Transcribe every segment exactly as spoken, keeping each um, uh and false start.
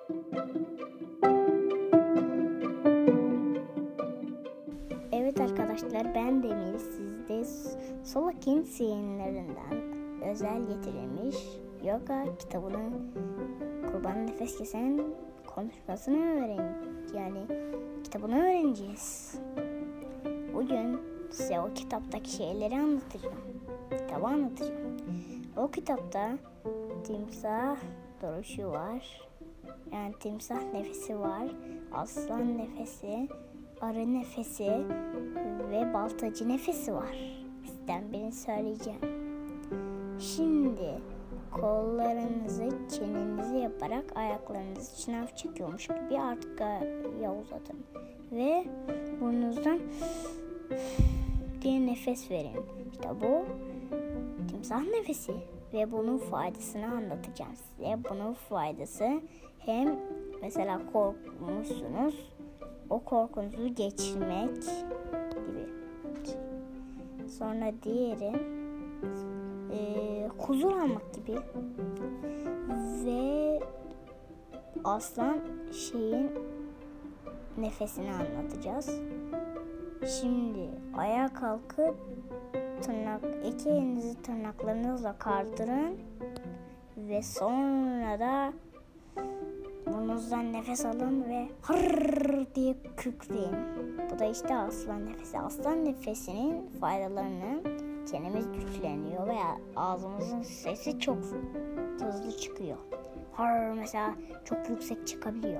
Evet arkadaşlar, ben Demir. Sizde Solakins yayınlarından özel getirilmiş yoga kitabının Kurban Nefes Kesen konuşmasını öğren yani kitabını öğreneceğiz. Bugün size o kitaptaki şeyleri anlatacağım. Kitabı anlatacağım. O kitapta timsah duruşu var. Yani timsah nefesi var. Aslan nefesi, arı nefesi ve baltacı nefesi var. Sizden birini söyleyeceğim. Şimdi kollarınızı çenenize yaparak ayaklarınızı şınav çekiyormuş gibi arkaya uzatın. Ve burnunuzdan diye nefes verin. İşte bu timsah nefesi. Ve bunun faydasını anlatacağım size. Bunun faydası hem mesela korkmuşsunuz, o korkunuzu geçirmek gibi. Sonra diğeri e, huzur almak gibi. Ve aslan şeyin nefesini anlatacağız. Şimdi ayağa kalkıp tırnak, iki elinizi tırnaklarınızla kardırın ve sonra da burnunuzdan nefes alın ve hırr diye kükreyin. Bu da işte aslan nefesi. Aslan nefesinin faydalarını çenemiz güçleniyor veya ağzımızın sesi çok hızlı çıkıyor. Hırr mesela çok yüksek çıkabiliyor.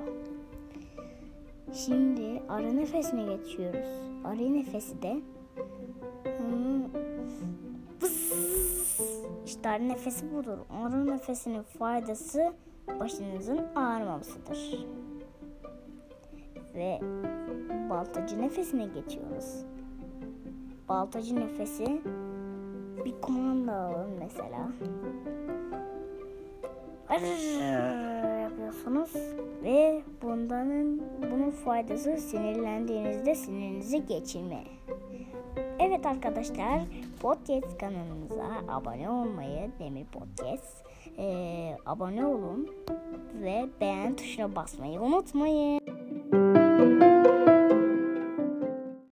Şimdi arı nefesine geçiyoruz. Arı nefesi de hmm, İşte arı nefesi budur. Arı nefesinin faydası başınızın ağrımamasıdır. Ve baltacı nefesine geçiyoruz. Baltacı nefesi bir komanda alın mesela. Arr yapıyorsunuz ve bundan bunun faydası sinirlendiğinizde sinirinizi geçirme. Evet arkadaşlar, podcast kanalımıza abone olmayı, Demir Podcast e, abone olun ve beğen tuşuna basmayı unutmayın.